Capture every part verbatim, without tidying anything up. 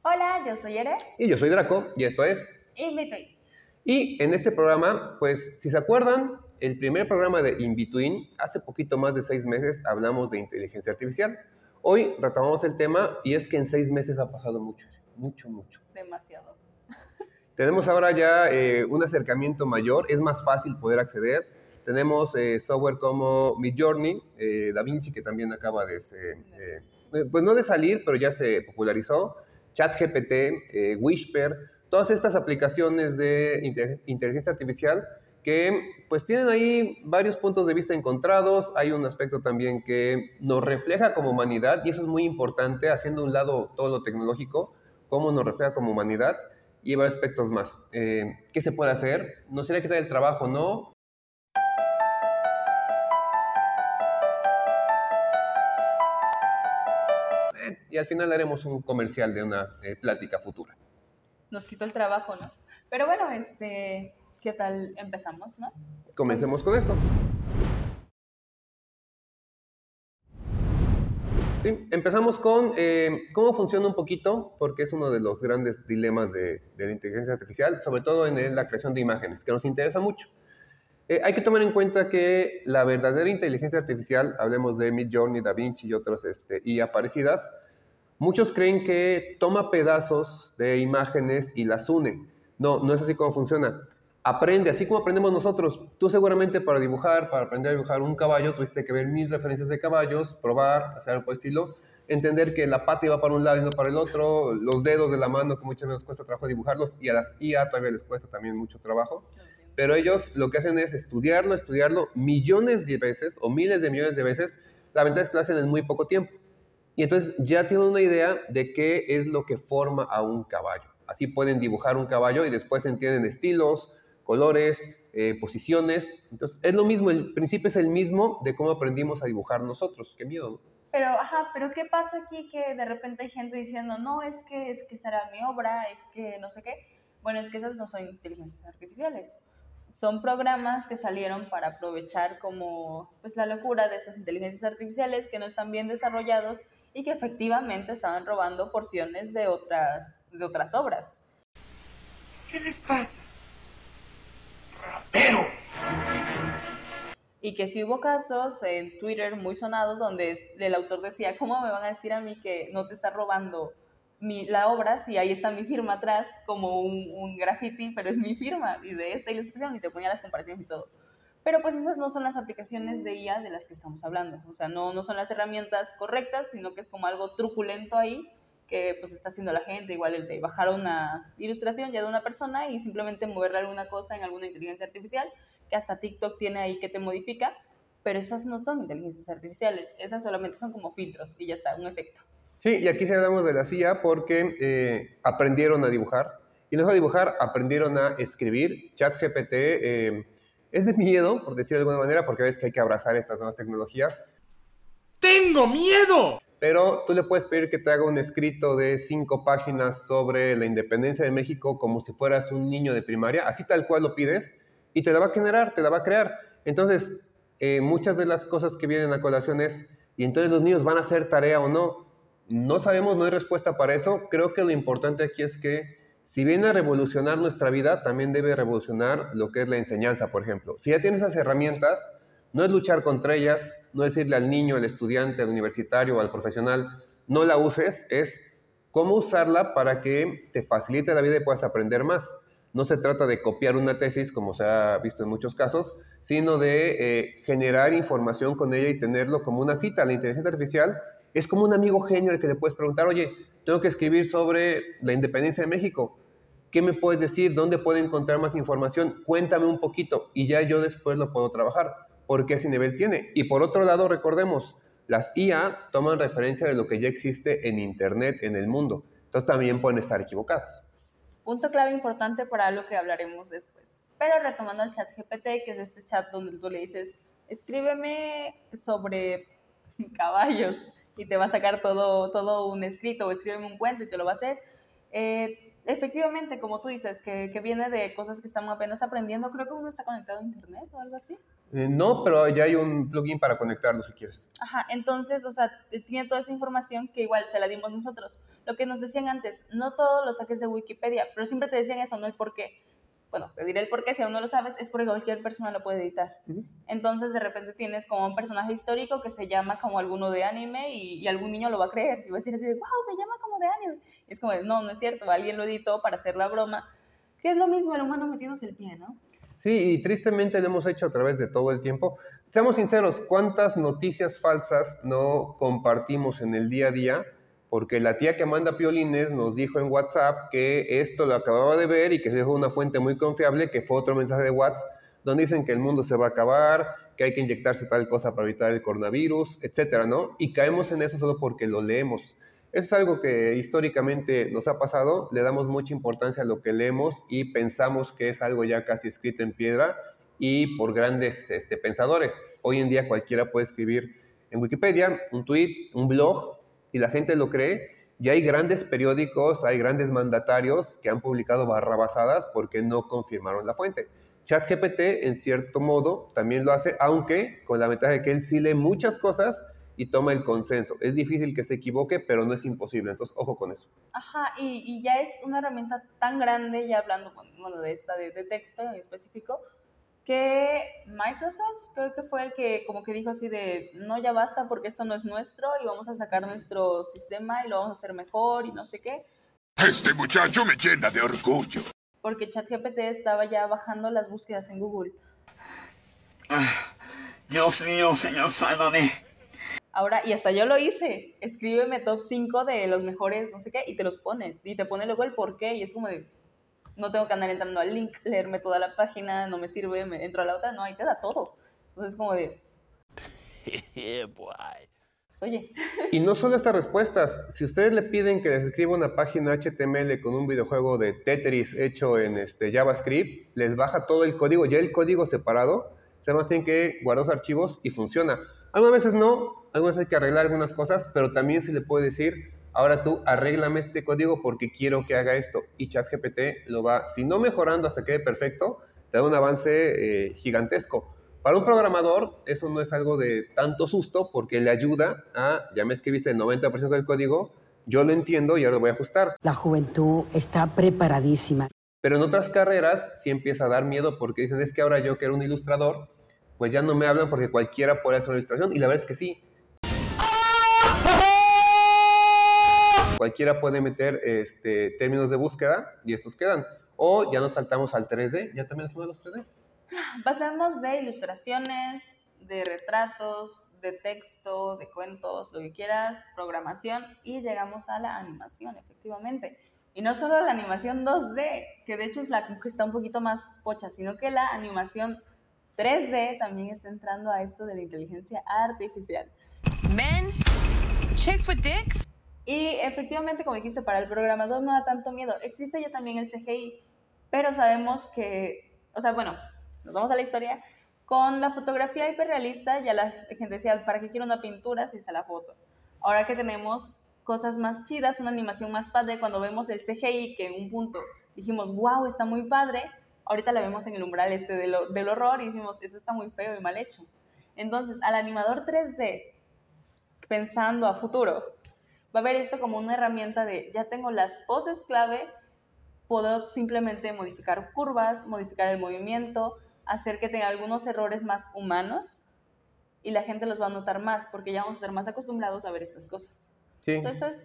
Hola, yo soy Ere. Y yo soy Draco, y esto es In-Between. Y en este programa, pues, si se acuerdan, el primer programa de In-Between, hace poquito más de seis meses, hablamos de inteligencia artificial. Hoy retomamos el tema, y es que en seis meses ha pasado mucho, mucho, mucho. Demasiado. Tenemos ahora ya eh, un acercamiento mayor, es más fácil poder acceder. Tenemos eh, software como Midjourney, eh, DaVinci, que también acaba de, ser, eh, pues no de salir, pero ya se popularizó. ChatGPT, eh, Whisper, todas estas aplicaciones de inteligencia artificial que pues tienen ahí varios puntos de vista encontrados. Hay un aspecto también que nos refleja como humanidad, y eso es muy importante, haciendo a un lado todo lo tecnológico, cómo nos refleja como humanidad, y varios aspectos más. Eh, ¿Qué se puede hacer? ¿Nos iría a quitar el trabajo? ¿No? Eh, y al final haremos un comercial de una eh, plática futura. Nos quitó el trabajo, ¿no? Pero bueno, este, ¿qué tal empezamos, no? Comencemos con esto. Sí, empezamos con eh, cómo funciona un poquito, porque es uno de los grandes dilemas de, de la inteligencia artificial, sobre todo en la creación de imágenes, que nos interesa mucho. Eh, hay que tomar en cuenta que la verdadera inteligencia artificial, hablemos de Midjourney, DaVinci y otros este, y aparecidas, muchos creen que toma pedazos de imágenes y las une. No, no es así como funciona. Aprende, así como aprendemos nosotros. Tú seguramente para dibujar, para aprender a dibujar un caballo, tuviste que ver mil referencias de caballos, probar, hacer algo por el estilo, entender que la pata iba para un lado y no para el otro, los dedos de la mano, que muchas veces cuesta trabajo dibujarlos, y a las I A todavía les cuesta también mucho trabajo. Pero ellos lo que hacen es estudiarlo, estudiarlo millones de veces o miles de millones de veces. La ventaja es que lo hacen en muy poco tiempo. Y entonces ya tienen una idea de qué es lo que forma a un caballo. Así pueden dibujar un caballo y después entienden estilos, colores, eh, posiciones. Entonces es lo mismo, el principio es el mismo de cómo aprendimos a dibujar nosotros. Qué miedo, ¿no? Pero, ajá, pero ¿qué pasa aquí que de repente hay gente diciendo, no, es que, es que será mi obra, es que no sé qué? Bueno, es que esas no son inteligencias artificiales. Son programas que salieron para aprovechar como pues la locura de esas inteligencias artificiales que no están bien desarrollados y que efectivamente estaban robando porciones de otras, de otras obras. ¿Qué les pasa? ¡Ratero! Y que sí hubo casos en Twitter muy sonados donde el autor decía, ¿cómo me van a decir a mí que no te está robando mi, la obra si ahí está mi firma atrás como un, un graffiti, pero es mi firma y de esta ilustración, y te ponía las comparaciones y todo? Pero pues esas no son las aplicaciones de I A de las que estamos hablando. O sea, no, no son las herramientas correctas, sino que es como algo truculento ahí que pues está haciendo la gente, igual el de bajar una ilustración ya de una persona y simplemente moverle alguna cosa en alguna inteligencia artificial, que hasta TikTok tiene ahí que te modifica, pero esas no son inteligencias artificiales, esas solamente son como filtros y ya está, un efecto. Sí, y aquí se hablamos de la I A porque eh, aprendieron a dibujar, y no solo a dibujar, aprendieron a escribir. ChatGPT eh, es de miedo, por decirlo de alguna manera, porque ves que hay que abrazar estas nuevas tecnologías. ¡Tengo miedo! Pero tú le puedes pedir que te haga un escrito de cinco páginas sobre la independencia de México como si fueras un niño de primaria, así tal cual lo pides, y te la va a generar, te la va a crear. Entonces, eh, muchas de las cosas que vienen a colación es, ¿y entonces los niños van a hacer tarea o no? No sabemos, no hay respuesta para eso. Creo que lo importante aquí es que, si viene a revolucionar nuestra vida, también debe revolucionar lo que es la enseñanza, por ejemplo. Si ya tienes esas herramientas, no es luchar contra ellas, no es decirle al niño, al estudiante, al universitario o al profesional, no la uses, es cómo usarla para que te facilite la vida y puedas aprender más. No se trata de copiar una tesis, como se ha visto en muchos casos, sino de eh, generar información con ella y tenerlo como una cita. La inteligencia artificial es como un amigo genio al que le puedes preguntar, oye, tengo que escribir sobre la independencia de México. ¿Qué me puedes decir? ¿Dónde puedo encontrar más información? Cuéntame un poquito y ya yo después lo puedo trabajar, porque ese nivel tiene. Y por otro lado, recordemos, las I A toman referencia de lo que ya existe en Internet, en el mundo. Entonces también pueden estar equivocadas. Punto clave importante para lo que hablaremos después. Pero retomando el chat G P T, que es este chat donde tú le dices, escríbeme sobre caballos, y te va a sacar todo, todo un escrito, o escríbeme un cuento y te lo va a hacer. Eh, efectivamente, como tú dices, que, que viene de cosas que estamos apenas aprendiendo, creo que uno está conectado a internet o algo así. Eh, no, pero ya hay un plugin para conectarlo si quieres. Ajá, entonces, o sea, tiene toda esa información que igual se la dimos nosotros. Lo que nos decían antes, no todo lo saques de Wikipedia, pero siempre te decían eso, no el por qué. Bueno, te diré el por qué, si aún no lo sabes, es porque cualquier persona lo puede editar. Uh-huh. Entonces, de repente tienes como un personaje histórico que se llama como alguno de anime y, y algún niño lo va a creer. Y va a decir así de, wow, se llama como de anime. Y es como, no, no es cierto, alguien lo editó para hacer la broma. Que es lo mismo el humano metiéndose el pie, ¿no? Sí, y tristemente lo hemos hecho a través de todo el tiempo. Seamos sinceros, ¿cuántas noticias falsas no compartimos en el día a día? Porque la tía que manda piolines nos dijo en WhatsApp que esto lo acababa de ver y que se dejó una fuente muy confiable, que fue otro mensaje de WhatsApp, donde dicen que el mundo se va a acabar, que hay que inyectarse tal cosa para evitar el coronavirus, etcétera, ¿no? Y caemos en eso solo porque lo leemos. Eso es algo que históricamente nos ha pasado, le damos mucha importancia a lo que leemos y pensamos que es algo ya casi escrito en piedra y por grandes este, pensadores. Hoy en día cualquiera puede escribir en Wikipedia un tweet, un blog, y la gente lo cree. Ya hay grandes periódicos, hay grandes mandatarios que han publicado barrabasadas porque no confirmaron la fuente. ChatGPT, en cierto modo, también lo hace, aunque con la ventaja de que él sí lee muchas cosas y toma el consenso. Es difícil que se equivoque, pero no es imposible. Entonces, ojo con eso. Ajá, y, y ya es una herramienta tan grande, ya hablando bueno, de esta de, de texto en específico, que Microsoft creo que fue el que como que dijo así de, no, ya basta porque esto no es nuestro y vamos a sacar nuestro sistema y lo vamos a hacer mejor y no sé qué. Este muchacho me llena de orgullo. Porque ChatGPT estaba ya bajando las búsquedas en Google. Ah, Dios mío, señor, sálvame. Ahora, y hasta yo lo hice, escríbeme top cinco de los mejores, no sé qué, y te los pone, y te pone luego el por qué, y es como de, no tengo que andar entrando al link, leerme toda la página, no me sirve, me entro a la otra, no, ahí te da todo. Entonces como de... Yeah, boy. Pues, oye. Y no solo estas respuestas, si ustedes le piden que les escriba una página H T M L con un videojuego de Tetris hecho en este JavaScript, les baja todo el código, ya el código separado, además tienen que guardar los archivos y funciona. Algunas veces no, algunas hay que arreglar algunas cosas, pero también se le puede decir, ahora tú arréglame este código porque quiero que haga esto. Y ChatGPT lo va, si no mejorando hasta que quede perfecto, te da un avance eh, gigantesco. Para un programador eso no es algo de tanto susto porque le ayuda a, ya me escribiste el noventa por ciento del código, yo lo entiendo y ahora lo voy a ajustar. La juventud está preparadísima. Pero en otras carreras sí empieza a dar miedo porque dicen, es que ahora yo que era un ilustrador, pues ya no me hablan porque cualquiera puede hacer una ilustración, y la verdad es que sí. Cualquiera puede meter este, términos de búsqueda y estos quedan. O ya nos saltamos al tres D, ¿ya también hacemos los tres D? Pasamos de ilustraciones, de retratos, de texto, de cuentos, lo que quieras, programación, y llegamos a la animación, efectivamente. Y no solo la animación dos D, que de hecho es la que está un poquito más pocha, sino que la animación tres D también está entrando a esto de la inteligencia artificial. Men, chicks with dicks. Y efectivamente, como dijiste, para el programador no da tanto miedo. Existe ya también el C G I, pero sabemos que, o sea, bueno, nos vamos a la historia. Con la fotografía hiperrealista ya la gente decía, ¿para qué quiero una pintura si está la foto? Ahora que tenemos cosas más chidas, una animación más padre, cuando vemos el C G I, que en un punto dijimos, wow, está muy padre, ahorita la vemos en el umbral este del, del horror y decimos, eso está muy feo y mal hecho. Entonces, al animador tres D, pensando a futuro, va a ver esto como una herramienta de, ya tengo las poses clave, puedo simplemente modificar curvas, modificar el movimiento, hacer que tenga algunos errores más humanos y la gente los va a notar más porque ya vamos a estar más acostumbrados a ver estas cosas. Sí. Entonces,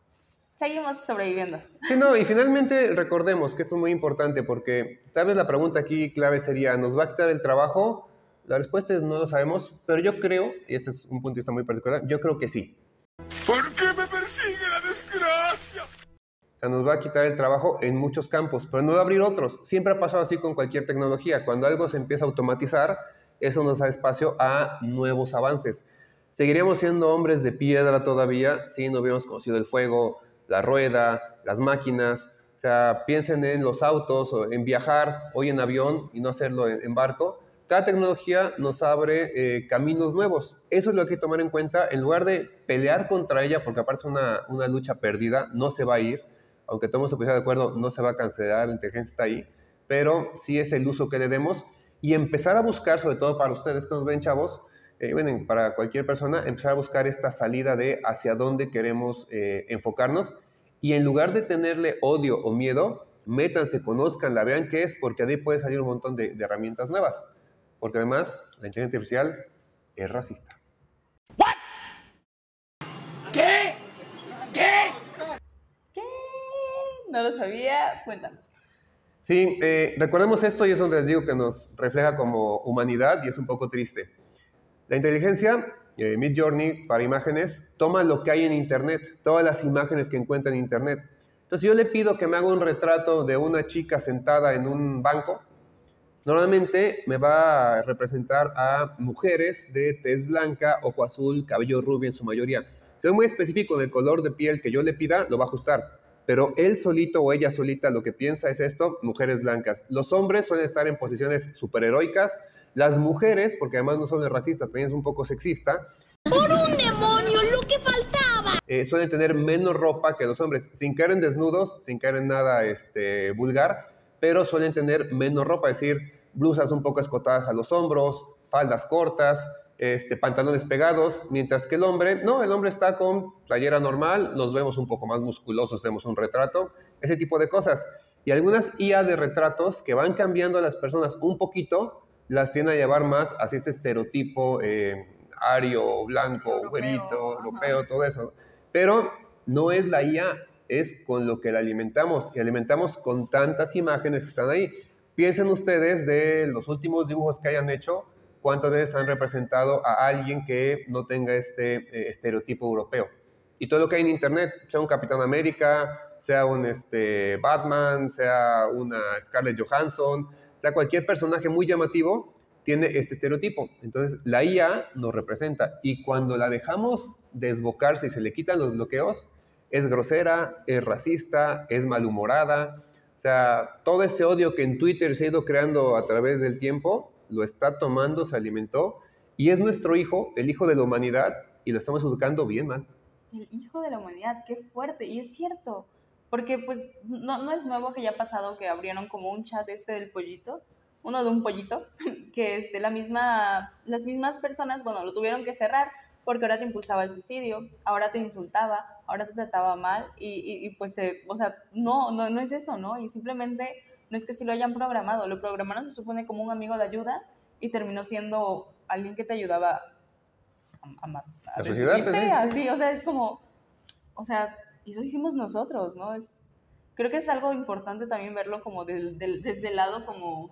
seguimos sobreviviendo. Sí, no, y finalmente recordemos que esto es muy importante porque tal vez la pregunta aquí clave sería, ¿nos va a quitar el trabajo? La respuesta es no lo sabemos, pero yo creo, y este es un punto de vista muy particular, yo creo que sí. ¿Por qué me persigue la desgracia? O sea, nos va a quitar el trabajo en muchos campos, pero no va a abrir otros. Siempre ha pasado así con cualquier tecnología. Cuando algo se empieza a automatizar, eso nos da espacio a nuevos avances. Seguiríamos siendo hombres de piedra todavía si no hubiéramos conocido el fuego, la rueda, las máquinas. O sea, piensen en los autos, o en viajar hoy en avión y no hacerlo en, en barco. Cada tecnología nos abre eh, caminos nuevos. Eso es lo que hay que tomar en cuenta. En lugar de pelear contra ella, porque aparte es una, una lucha perdida, no se va a ir. Aunque todos estemos de acuerdo, no se va a cancelar, la inteligencia está ahí. Pero sí es el uso que le demos. y empezar a buscar, sobre todo para ustedes que nos ven, chavos, eh, bueno, para cualquier persona, empezar a buscar esta salida de hacia dónde queremos eh, enfocarnos, y en lugar de tenerle odio o miedo, métanse, conózcanla, vean qué es, porque de ahí puede salir un montón de, de herramientas nuevas, porque además la inteligencia artificial es racista. ¿Qué? ¿Qué? ¿Qué? No lo sabía, cuéntanos. Sí, eh, recordemos esto y es donde les digo que nos refleja como humanidad y es un poco triste. La inteligencia, eh, Midjourney, para imágenes, toma lo que hay en Internet, todas las imágenes que encuentra en Internet. Entonces, si yo le pido que me haga un retrato de una chica sentada en un banco, normalmente me va a representar a mujeres de tez blanca, ojo azul, cabello rubio en su mayoría. Si soy muy específico en el color de piel que yo le pida, lo va a ajustar. Pero él solito o ella solita lo que piensa es esto, mujeres blancas. Los hombres suelen estar en posiciones superheroicas. Las mujeres, porque además no solo es racista, también es un poco sexista. ¡Por un demonio, lo que faltaba! Eh, suelen tener menos ropa que los hombres, sin caer en desnudos, sin caer en nada este, vulgar, pero suelen tener menos ropa, es decir, blusas un poco escotadas a los hombros, faldas cortas, este, pantalones pegados, mientras que el hombre, no, el hombre está con playera normal, nos vemos un poco más musculosos, hacemos un retrato, ese tipo de cosas. Y algunas I A de retratos que van cambiando a las personas un poquito, las tienden a llevar más hacia este estereotipo eh, ario, blanco, Europeo, güerito, ajá. europeo, todo eso. Pero no es la I A, es con lo que la alimentamos, y alimentamos con tantas imágenes que están ahí. Piensen ustedes de los últimos dibujos que hayan hecho, cuántas veces han representado a alguien que no tenga este eh, estereotipo europeo. Y todo lo que hay en Internet, sea un Capitán América, sea un este, Batman, sea una Scarlett Johansson, sea cualquier personaje muy llamativo, tiene este estereotipo. Entonces, la I A nos representa. Y cuando la dejamos desbocarse y se le quitan los bloqueos, es grosera, es racista, es malhumorada. O sea, todo ese odio que en Twitter se ha ido creando a través del tiempo, lo está tomando, se alimentó, y es nuestro hijo, el hijo de la humanidad, y lo estamos educando bien mal. El hijo de la humanidad, qué fuerte, y es cierto, porque pues no, no es nuevo que ya ha pasado que abrieron como un chat este del pollito, uno de un pollito, que este, la misma, las mismas personas, bueno, lo tuvieron que cerrar, porque ahora te impulsaba el suicidio, ahora te insultaba, ahora te trataba mal, y, y, y pues te, o sea, no, no, no es eso, ¿no? Y simplemente no es que sí lo hayan programado, lo programaron se supone como un amigo de ayuda, y terminó siendo alguien que te ayudaba a, a, a La sociedad, destruirte, sí, sí. así, o sea, es como, o sea, y eso hicimos nosotros, ¿no? Es, creo que es algo importante también verlo como del, del, desde el lado como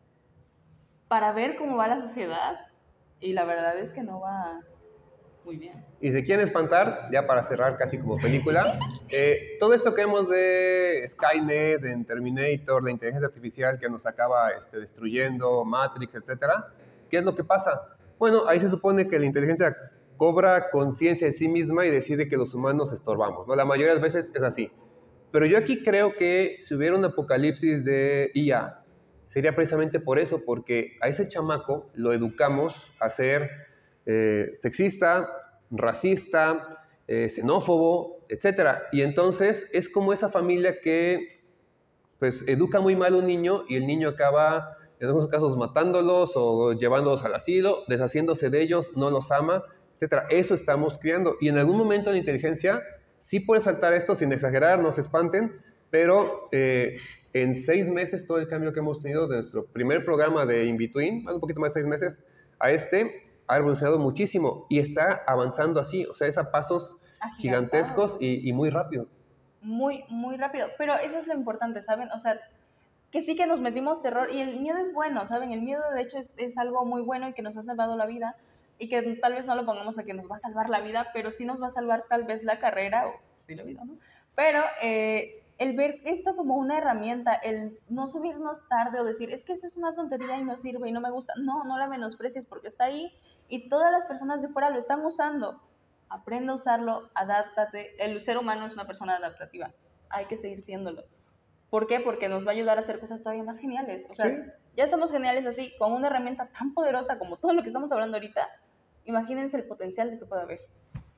para ver cómo va la sociedad, y la verdad es que no va muy bien. Y si quieren espantar, ya para cerrar casi como película, eh, todo esto que vemos de Skynet, en Terminator, la inteligencia artificial que nos acaba este, destruyendo, Matrix, etcétera, ¿qué es lo que pasa? Bueno, ahí se supone que la inteligencia cobra conciencia de sí misma y decide que los humanos estorbamos, ¿no? La mayoría de las veces es así. Pero yo aquí creo que si hubiera un apocalipsis de I A, sería precisamente por eso, porque a ese chamaco lo educamos a ser eh, sexista, racista, eh, xenófobo, etcétera. Y entonces es como esa familia que pues educa muy mal a un niño y el niño acaba, en algunos casos, matándolos o llevándolos al asilo, deshaciéndose de ellos, no los ama, etcétera. Eso estamos criando. Y en algún momento la inteligencia sí puede saltar esto sin exagerar, no se espanten, pero eh, en seis meses todo el cambio que hemos tenido de nuestro primer programa de In-Between, un poquito más de seis meses, a este, ha evolucionado muchísimo y está avanzando así, o sea, es a pasos gigantescos y, y muy rápido. Muy, muy rápido. Pero eso es lo importante, ¿saben? O sea, que sí que nos metimos terror y el miedo es bueno, ¿saben? El miedo, de hecho, es, es algo muy bueno y que nos ha salvado la vida y que tal vez no lo pongamos a que nos va a salvar la vida, pero sí nos va a salvar tal vez la carrera o sí la vida, ¿no? Pero eh, el ver esto como una herramienta, el no subirnos tarde o decir, es que eso es una tontería y no sirve y no me gusta. No, no la menosprecies porque está ahí y todas las personas de fuera lo están usando. Aprende a usarlo, adáptate. El ser humano es una persona adaptativa. Hay que seguir siéndolo. ¿Por qué? Porque nos va a ayudar a hacer cosas todavía más geniales. O sea, ¿sí? Ya somos geniales así, con una herramienta tan poderosa como todo lo que estamos hablando ahorita. Imagínense el potencial de que pueda haber.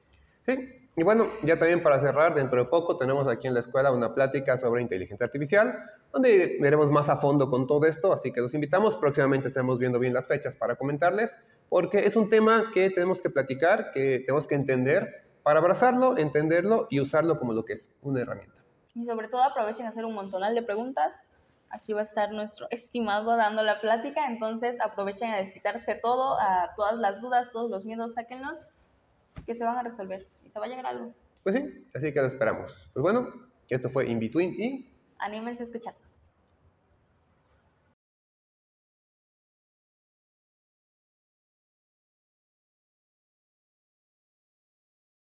Sí. Y bueno, ya también para cerrar, dentro de poco tenemos aquí en la escuela una plática sobre inteligencia artificial, donde veremos más a fondo con todo esto, así que los invitamos. Próximamente estaremos viendo bien las fechas para comentarles, porque es un tema que tenemos que platicar, que tenemos que entender, para abrazarlo, entenderlo y usarlo como lo que es, una herramienta. Y sobre todo aprovechen a hacer un montonal de preguntas. Aquí va a estar nuestro estimado dando la plática, entonces aprovechen a desquitarse todo, a todas las dudas, todos los miedos, sáquenlos, que se van a resolver y se va a llegar a algo. Pues sí, así que lo esperamos. Pues bueno, esto fue In Between y... Anímense a escucharnos.